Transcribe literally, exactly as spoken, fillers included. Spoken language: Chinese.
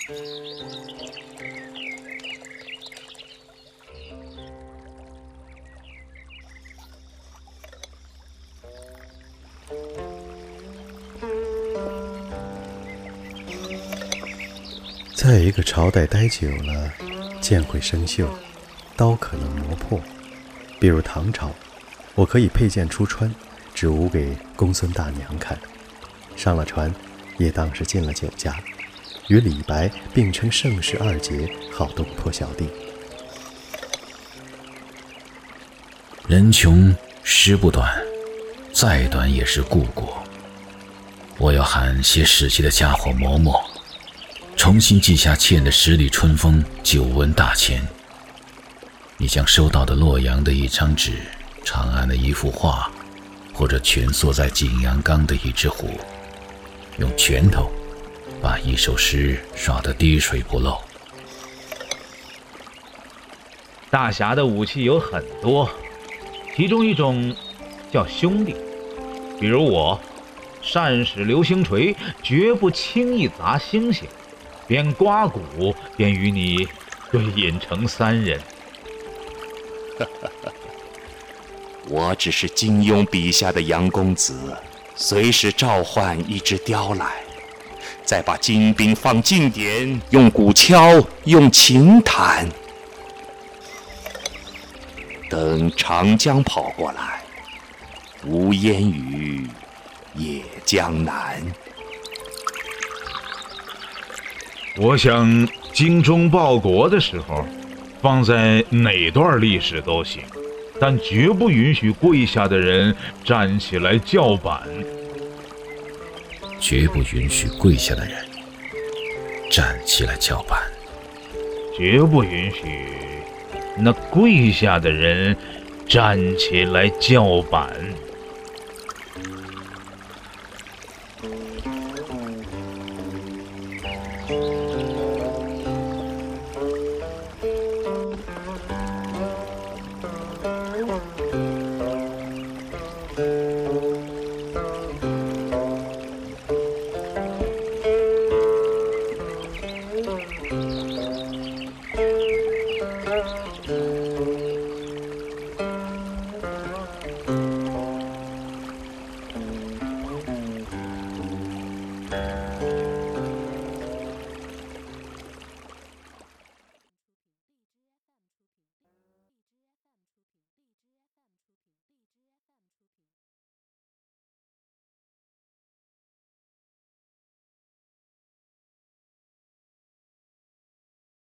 在一个朝代待久了，剑会生锈，刀可能磨破。比如唐朝，我可以佩剑出川，只舞给公孙大娘看。上了船，也当是进了酒家，与李白并称盛世二杰，好动破小弟。 人穷诗不短，再短也是故国。我要喊写史记的家伙磨磨，重新记下欠的十里春风，久闻大钱。你将收到的洛阳的一张纸，长安的一幅画，或者蜷缩在景阳冈的一只虎，用拳头把一首诗刷得滴水不漏。 大侠的武器有很多，其中一种叫兄弟，比如我善使流星锤，绝不轻易砸星星，边刮骨边与你对饮成三人。 我只是金庸笔下的杨公子，随时召唤一只雕来，再把金兵放近点，用鼓敲，用琴弹。等长江跑过来，无烟雨也江南。 我想精忠报国的时候，放在哪段历史都行，但绝不允许跪下的人站起来叫板。 绝不允许跪下的人站起来叫板。 绝不允许那跪下的人站起来叫板。